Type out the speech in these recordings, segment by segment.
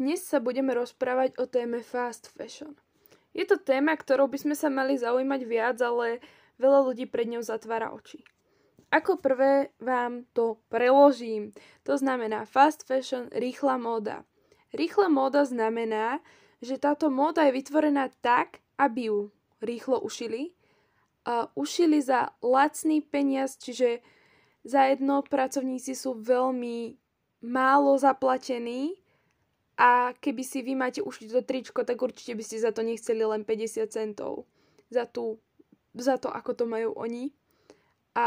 dnes sa budeme rozprávať o téme fast fashion. Je to téma, ktorou by sme sa mali zaujímať viac, ale veľa ľudí pred ňou zatvára oči. Ako prvé vám to preložím. To znamená fast fashion, rýchla móda. Rýchla móda znamená, že táto móda je vytvorená tak, aby ju rýchlo ušili. A ušili za lacný peniaz, čiže za jedno pracovníci sú veľmi málo zaplatení a keby si vy máte ušiť to tričko, tak určite by ste za to nechceli len 50 centov. Za to, ako to majú oni. A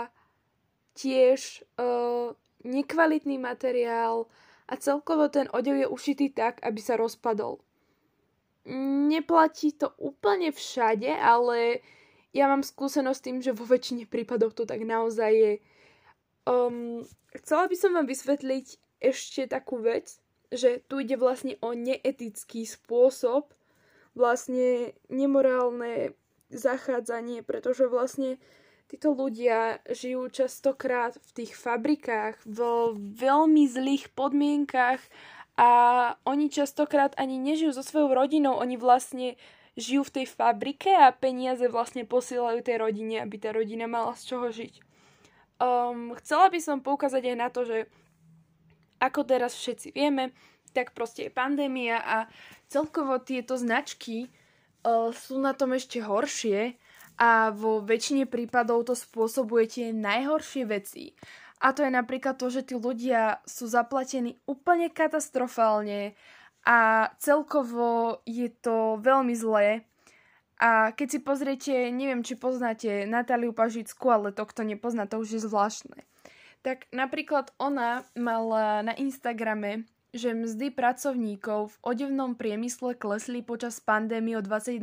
tiež nekvalitný materiál a celkovo ten odev je ušitý tak, aby sa rozpadol. Neplatí to úplne všade, ale ja mám skúsenosť s tým, že vo väčšine prípadov to tak naozaj je. Chcela by som vám vysvetliť ešte takú vec, že tu ide vlastne o neetický spôsob, vlastne nemorálne zachádzanie, pretože vlastne títo ľudia žijú častokrát v tých fabrikách, v veľmi zlých podmienkach a oni častokrát ani nežijú so svojou rodinou, oni vlastne žijú v tej fabrike a peniaze vlastne posielajú tej rodine, aby tá rodina mala z čoho žiť. Chcela by som poukázať aj na to, že ako teraz všetci vieme, tak proste je pandémia a celkovo tieto značky sú na tom ešte horšie a vo väčšine prípadov to spôsobuje tie najhoršie veci. A to je napríklad to, že tí ľudia sú zaplatení úplne katastrofálne a celkovo je to veľmi zlé. A keď si pozriete, neviem, či poznáte Natáliu Pažicku, ale to, kto nepozná, to už je zvláštne. Tak napríklad ona mala na Instagrame, že mzdy pracovníkov v odevnom priemysle klesli počas pandémie o 21%.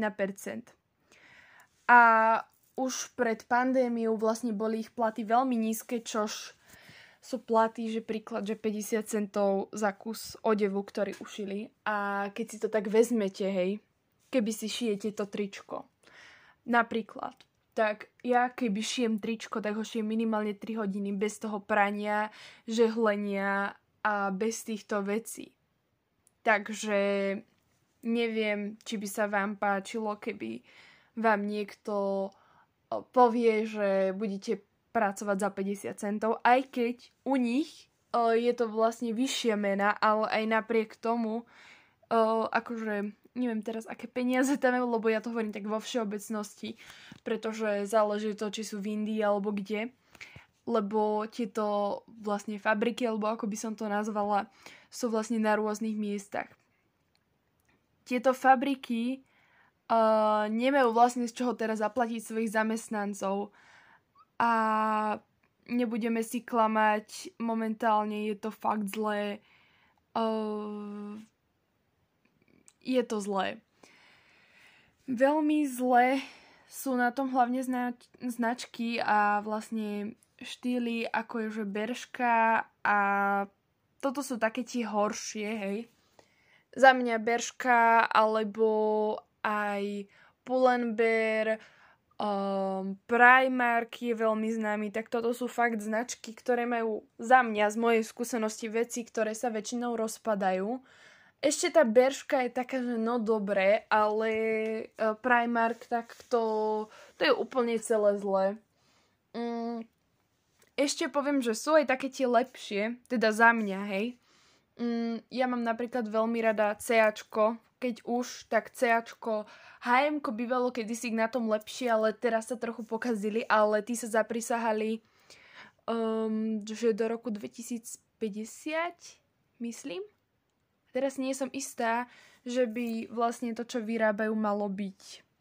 A už pred pandémiou vlastne boli ich platy veľmi nízke, čož sú platy, že príklad, že 50 centov za kus odevu, ktorý ušili. A keď si to tak vezmete, hej, keby si šijete to tričko. Napríklad. Tak ja keby šijem tričko, tak ho šijem minimálne 3 hodiny bez toho prania, žehlenia a bez týchto vecí. Takže neviem, či by sa vám páčilo, keby vám niekto povie, že budete pracovať za 50 centov, aj keď u nich je to vlastne vyššia mena, ale aj napriek tomu akože neviem teraz, aké peniaze tam je, lebo ja to hovorím tak vo všeobecnosti, pretože záleží to, či sú v Indii alebo kde, lebo tieto vlastne fabriky, alebo ako by som to nazvala, sú vlastne na rôznych miestach. Tieto fabriky nemajú vlastne z čoho teraz zaplatiť svojich zamestnancov a nebudeme si klamať, momentálne je to fakt zlé. Je to zlé. Veľmi zlé sú na tom hlavne značky a vlastne štýly ako je že Bershka a toto sú také tie horšie, hej. Za mňa Bershka alebo aj Pull&Bear, Primark je veľmi známy, tak toto sú fakt značky, ktoré majú za mňa z mojej skúsenosti veci, ktoré sa väčšinou rozpadajú. Ešte tá Bershka je taká, že no dobre, ale Primark, tak to je úplne celé zlé. Ešte poviem, že sú aj také tie lepšie, teda za mňa, hej. Ja mám napríklad veľmi rada CAčko, keď už, tak CAčko. H&M-ko bývalo kedysi na tom lepšie, ale teraz sa trochu pokazili, ale tí sa zaprisahali, že do roku 2050, myslím. Teraz nie som istá, že by vlastne to, čo vyrábajú, malo byť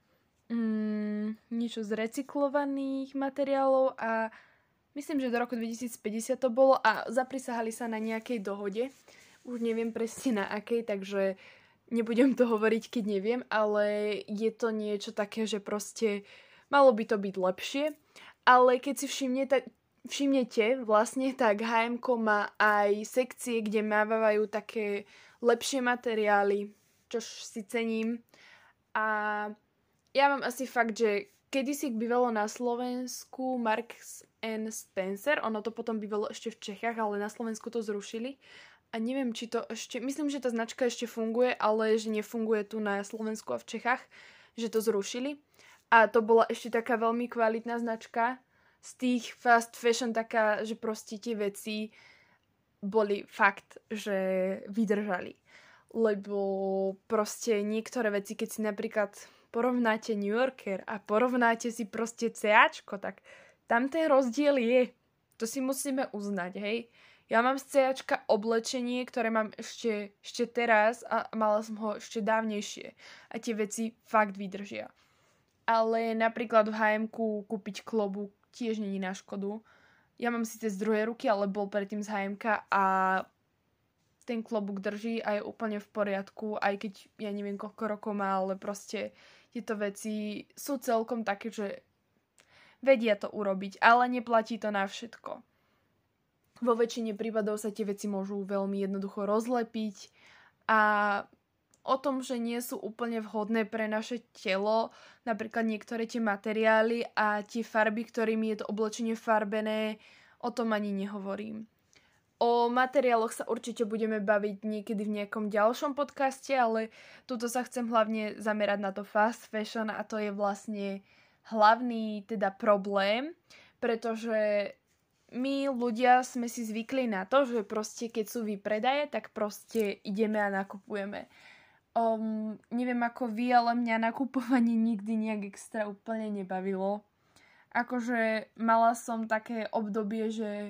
niečo z recyklovaných materiálov a myslím, že do roku 2050 to bolo a zaprisahali sa na nejakej dohode. Už neviem presne na akej, takže nebudem to hovoriť, keď neviem, ale je to niečo také, že proste malo by to byť lepšie. Ale keď si všimnete vlastne, tak H&M-ko má aj sekcie, kde mávajú také lepšie materiály, čo si cením. A ja mám asi fakt, že kedysi bývalo na Slovensku Marks & Spencer, ono to potom bývalo ešte v Čechách, ale na Slovensku to zrušili. A neviem, či to ešte... Myslím, že tá značka ešte funguje, ale že nefunguje tu na Slovensku a v Čechách, že to zrušili. A to bola ešte taká veľmi kvalitná značka z tých fast fashion, taká, že proste tie veci boli fakt, že vydržali. Lebo proste niektoré veci, keď si napríklad porovnáte New Yorker a porovnáte si proste CAčko, tak tam ten rozdiel je. To si musíme uznať, hej. Ja mám z CAčka oblečenie, ktoré mám ešte teraz a mala som ho ešte dávnejšie. A tie veci fakt vydržia. Ale napríklad v H&M-ku kúpiť klobúk tiež není na škodu. Ja mám síce z druhej ruky, ale bol predtým z H&M-ka a ten klobúk drží a je úplne v poriadku, aj keď ja neviem koľko rokov má, ale proste tieto veci sú celkom také, že vedia to urobiť, ale neplatí to na všetko. Vo väčšine prípadov sa tie veci môžu veľmi jednoducho rozlepiť a o tom, že nie sú úplne vhodné pre naše telo, napríklad niektoré tie materiály a tie farby, ktorými je to oblečenie farbené, o tom ani nehovorím. O materiáloch sa určite budeme baviť niekedy v nejakom ďalšom podcaste, ale tuto sa chcem hlavne zamerať na to fast fashion a to je vlastne hlavný teda problém, pretože my ľudia sme si zvykli na to, že proste keď sú výpredaje, tak proste ideme a nakupujeme. Neviem ako vy, ale mňa nakupovanie nikdy nejak extra úplne nebavilo. Akože mala som také obdobie, že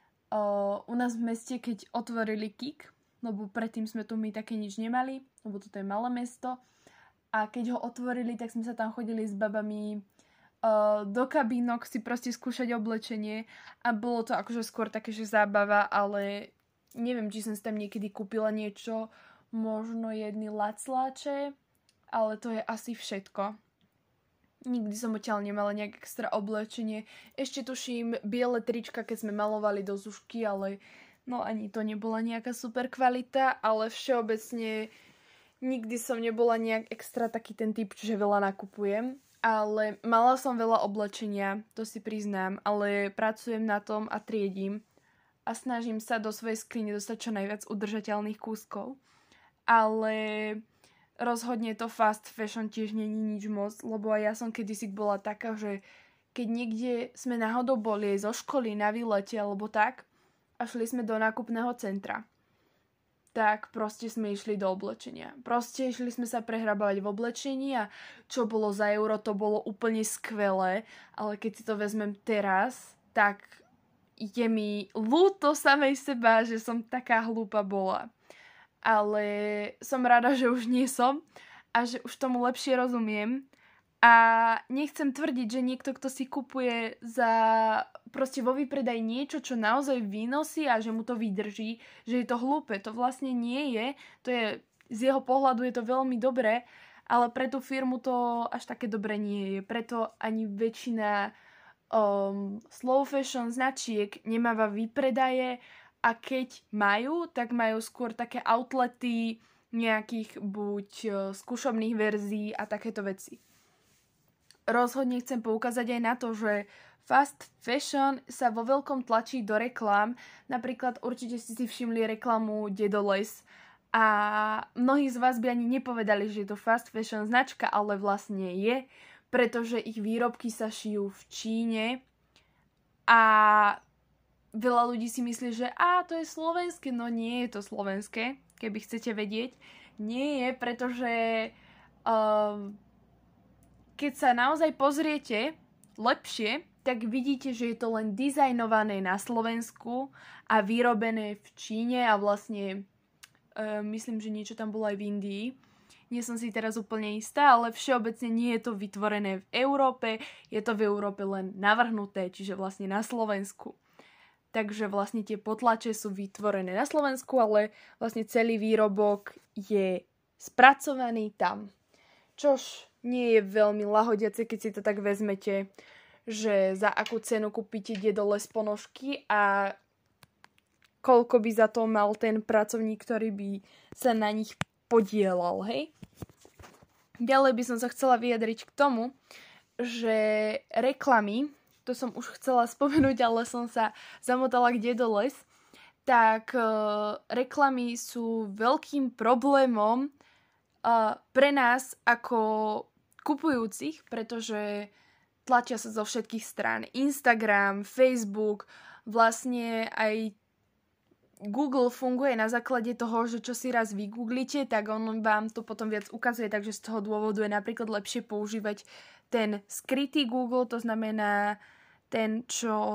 u nás v meste, keď otvorili KIK, lebo predtým sme tu my také nič nemali, lebo toto je malé mesto, a keď ho otvorili, tak sme sa tam chodili s babami do kabínok si proste skúšať oblečenie a bolo to akože skôr také, že zábava, ale neviem, či som si tam niekedy kúpila niečo, možno jedny lacláče, ale to je asi všetko. Nikdy som odtiaľ nemala nejak extra oblečenie. Ešte tuším biele trička, keď sme malovali do zušky, ale no ani to nebola nejaká super kvalita, ale všeobecne nikdy som nebola nejak extra taký ten typ, že veľa nakupujem. Ale mala som veľa oblečenia, to si priznám, ale pracujem na tom a triedím a snažím sa do svojej skrine dostať čo najviac udržateľných kúskov. Ale rozhodne to fast fashion tiež není nič moc, lebo aj ja som kedysi bola taká, že keď niekde sme náhodou boli zo školy na výlete alebo tak a šli sme do nákupného centra, tak proste sme išli do oblečenia. Proste išli sme sa prehrabávať v oblečení a čo bolo za euro, to bolo úplne skvelé, ale keď si to vezmem teraz, tak je mi ľúto samej seba, že som taká hlúpa bola. Ale som rada, že už nie som a že už tomu lepšie rozumiem. A nechcem tvrdiť, že niekto, kto si kupuje za proste vo výpredaj niečo, čo naozaj vynosí a že mu to vydrží, že je to hlúpe. To vlastne nie je. To je, z jeho pohľadu je to veľmi dobré, ale pre tú firmu to až také dobré nie je. Preto ani väčšina slow fashion značiek nemáva výpredaje a keď majú, tak majú skôr také outlety nejakých buď skúšobných verzií a takéto veci. Rozhodne chcem poukázať aj na to, že fast fashion sa vo veľkom tlačí do reklám. Napríklad určite ste si všimli reklamu Dedoles a mnohí z vás by ani nepovedali, že je to fast fashion značka, ale vlastne je, pretože ich výrobky sa šijú v Číne a veľa ľudí si myslí, že to je slovenské. No nie je to slovenské, keby chcete vedieť. Nie je, pretože keď sa naozaj pozriete lepšie, tak vidíte, že je to len dizajnované na Slovensku a vyrobené v Číne a vlastne myslím, že niečo tam bolo aj v Indii. Nie som si teraz úplne istá, ale všeobecne nie je to vytvorené v Európe, je to v Európe len navrhnuté, čiže vlastne na Slovensku. Takže vlastne tie potlače sú vytvorené na Slovensku, ale vlastne celý výrobok je spracovaný tam. Čož nie je veľmi lahodiace, keď si to tak vezmete, že za akú cenu kúpite Dedoles ponožky a koľko by za to mal ten pracovník, ktorý by sa na nich podielal, hej? Ďalej by som sa chcela vyjadriť k tomu, že reklamy, to som už chcela spomenúť, ale som sa zamotala k Dedoles, tak reklamy sú veľkým problémom pre nás ako kupujúcich, pretože tlačia sa zo všetkých strán. Instagram, Facebook, vlastne aj Google funguje na základe toho, že čo si raz vygooglite, tak on vám to potom viac ukazuje, takže z toho dôvodu je napríklad lepšie používať ten skrytý Google, to znamená ten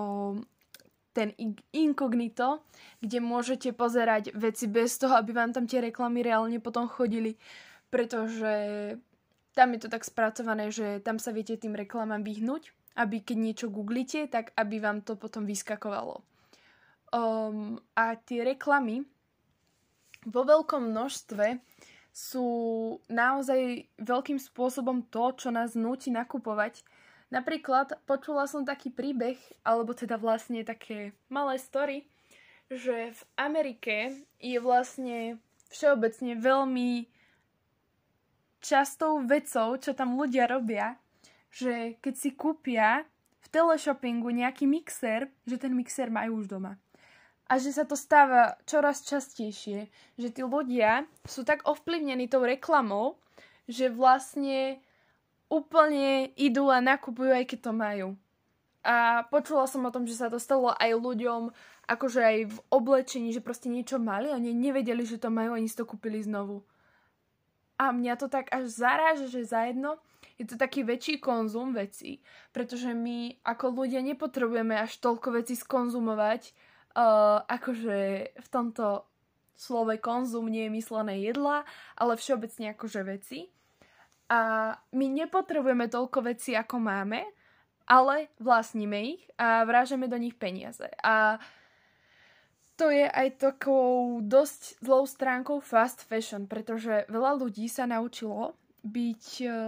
inkognito, kde môžete pozerať veci bez toho, aby vám tam tie reklamy reálne potom chodili, pretože tam je to tak spracované, že tam sa viete tým reklamám vyhnúť, aby keď niečo googlite, tak aby vám to potom vyskakovalo. A tie reklamy vo veľkom množstve sú naozaj veľkým spôsobom to, čo nás núti nakupovať. Napríklad počula som taký príbeh, alebo teda vlastne také malé story, že v Amerike je vlastne všeobecne veľmi častou vecou, čo tam ľudia robia, že keď si kúpia v teleshoppingu nejaký mixer, že ten mixer majú už doma. A že sa to stáva čoraz častejšie, že tí ľudia sú tak ovplyvnení tou reklamou, že vlastne úplne idú a nakupujú, aj keď to majú. A počula som o tom, že sa to stalo aj ľuďom, akože aj v oblečení, že proste niečo mali, oni nevedeli, že to majú, oni si to kúpili znovu. A mňa to tak až zaráža, že zajedno je to taký väčší konzum vecí, pretože my ako ľudia nepotrebujeme až toľko vecí skonzumovať, akože v tomto slove konzum nie je myslené jedla, ale všeobecne akože veci. A my nepotrebujeme toľko vecí, ako máme, ale vlastníme ich a vrážeme do nich peniaze. A to je aj takou dosť zlou stránkou fast fashion, pretože veľa ľudí sa naučilo byť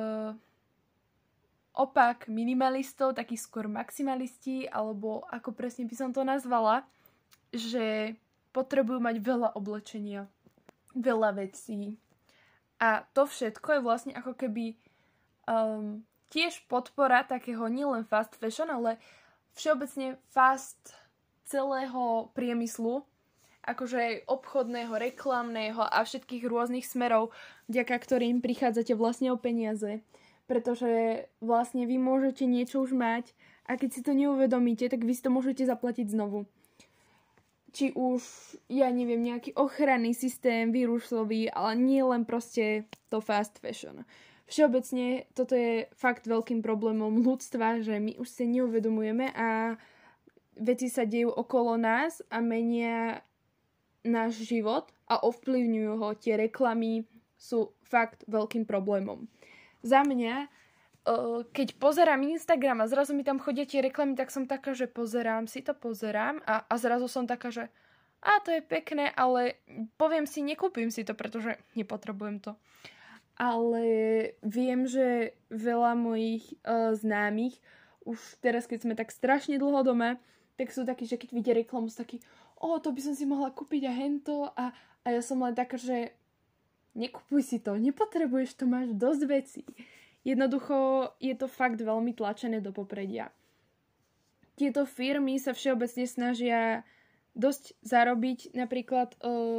opak minimalistov, takí skôr maximalisti, alebo ako presne by som to nazvala, že potrebujú mať veľa oblečenia, veľa vecí. A to všetko je vlastne ako keby tiež podpora takého nielen fast fashion, ale všeobecne fast celého priemyslu, akože aj obchodného, reklamného a všetkých rôznych smerov, vďaka ktorým prichádzate vlastne o peniaze. Pretože vlastne vy môžete niečo už mať a keď si to neuvedomíte, tak vy si to môžete zaplatiť znovu. Či už, ja neviem, nejaký ochranný systém, vírusový, ale nie len proste to fast fashion. Všeobecne toto je fakt veľkým problémom ľudstva, že my už si neuvedomujeme a veci sa dejú okolo nás a menia náš život a ovplyvňujú ho. Tie reklamy sú fakt veľkým problémom. Za mňa, keď pozerám Instagram a zrazu mi tam chodia tie reklamy, tak som taká, že pozerám a zrazu som taká, že to je pekné, ale poviem si, nekúpim si to, pretože nepotrebujem to. Ale viem, že veľa mojich známych už teraz, keď sme tak strašne dlho doma, tak sú takí, že keď vidia reklamu, sú takí, to by som si mohla kúpiť a hento a ja som len taká, že nekupuj si to, nepotrebuješ to, máš dosť vecí. Jednoducho je to fakt veľmi tlačené do popredia. Tieto firmy sa všeobecne snažia dosť zarobiť, napríklad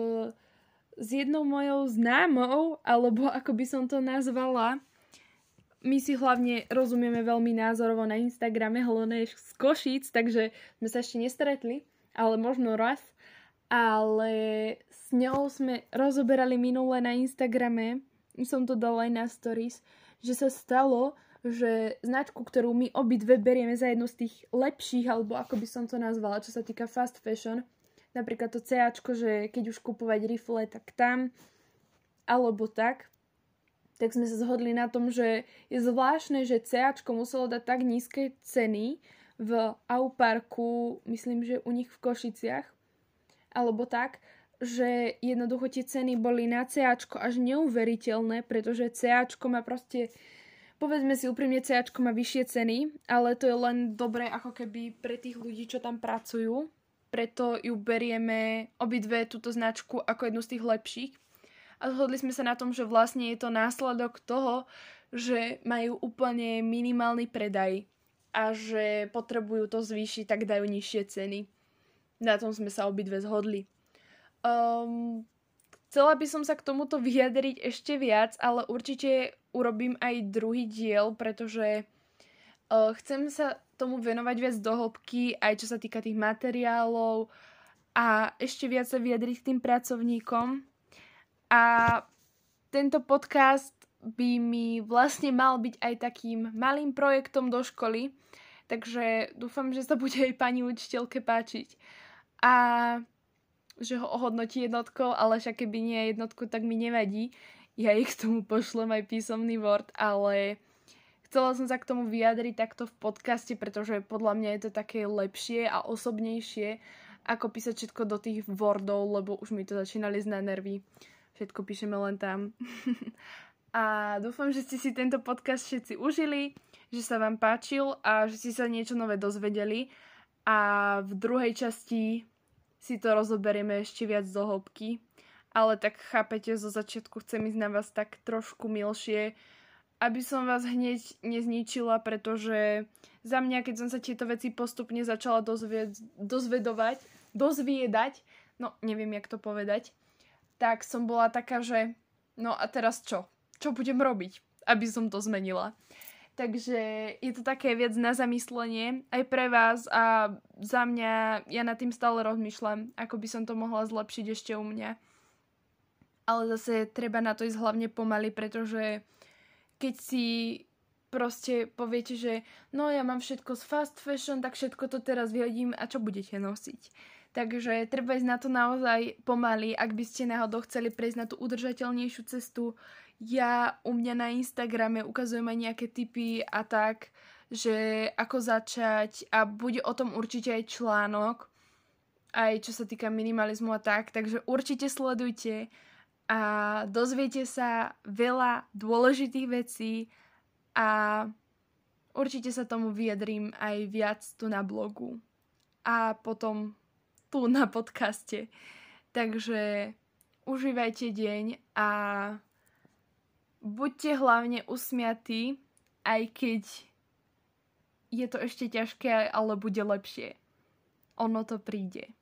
s jednou mojou známou, alebo ako by som to nazvala, my si hlavne rozumieme veľmi názorovo na Instagrame, hlavne z Košíc, takže sme sa ešte nestretli, ale možno raz. Ale s ňou sme rozoberali minule na Instagrame, som to dala aj na stories, že sa stalo, že značku, ktorú my obidve berieme za jednu z tých lepších, alebo ako by som to nazvala, čo sa týka fast fashion, napríklad to CAčko, že keď už kupovať rifle, tak tam, alebo tak sme sa zhodli na tom, že je zvláštne, že CAčko muselo dať tak nízke ceny v Auparku, myslím, že u nich v Košiciach, alebo tak, že jednoducho tie ceny boli na CAčko až neuveriteľné, pretože CAčko má proste, povedzme si úprimne, CAčko má vyššie ceny, ale to je len dobré ako keby pre tých ľudí, čo tam pracujú, preto ju berieme obidve túto značku ako jednu z tých lepších. A zhodli sme sa na tom, že vlastne je to následok toho, že majú úplne minimálny predaj a že potrebujú to zvýšiť, tak dajú nižšie ceny. Na tom sme sa obidve zhodli. Chcela by som sa k tomuto vyjadriť ešte viac, ale určite urobím aj druhý diel, pretože chcem sa tomu venovať viac do hĺbky, aj čo sa týka tých materiálov a ešte viac sa vyjadriť k tým pracovníkom. A tento podcast by mi vlastne mal byť aj takým malým projektom do školy, takže dúfam, že sa bude aj pani učiteľke páčiť. A že ho ohodnotí jednotkou, ale však keby nie jednotku, tak mi nevadí. Ja ich k tomu pošlem aj písomný Word, ale chcela som sa k tomu vyjadriť takto v podcaste, pretože podľa mňa je to také lepšie a osobnejšie, ako písať všetko do tých Wordov, lebo už mi to začína ísť na nervy. Všetko píšeme len tam. A dúfam, že ste si tento podcast všetci užili, že sa vám páčil a že ste sa niečo nové dozvedeli. A v druhej časti si to rozoberieme ešte viac do hĺbky. Ale tak chápete, zo začiatku chcem ísť na vás tak trošku milšie, aby som vás hneď nezničila, pretože za mňa, keď som sa tieto veci postupne začala dozviedať, no neviem, jak to povedať, tak som bola taká, že no a teraz čo? Čo budem robiť, aby som to zmenila? Takže je to také viac na zamyslenie aj pre vás a za mňa, ja nad tým stále rozmýšľam, ako by som to mohla zlepšiť ešte u mňa. Ale zase treba na to ísť hlavne pomaly, pretože keď si proste poviete, že no ja mám všetko z fast fashion, tak všetko to teraz vyhodím a čo budete nosiť? Takže treba ísť na to naozaj pomaly, ak by ste náhodou chceli prejsť na tú udržateľnejšiu cestu. Ja u mňa na Instagrame ukazujem aj nejaké tipy a tak, že ako začať a bude o tom určite aj článok, aj čo sa týka minimalizmu a tak, takže určite sledujte a dozviete sa veľa dôležitých vecí a určite sa tomu vyjadrím aj viac tu na blogu a potom tu na podcaste. Takže užívajte deň a buďte hlavne usmiatí, aj keď je to ešte ťažké, ale bude lepšie. Ono to príde.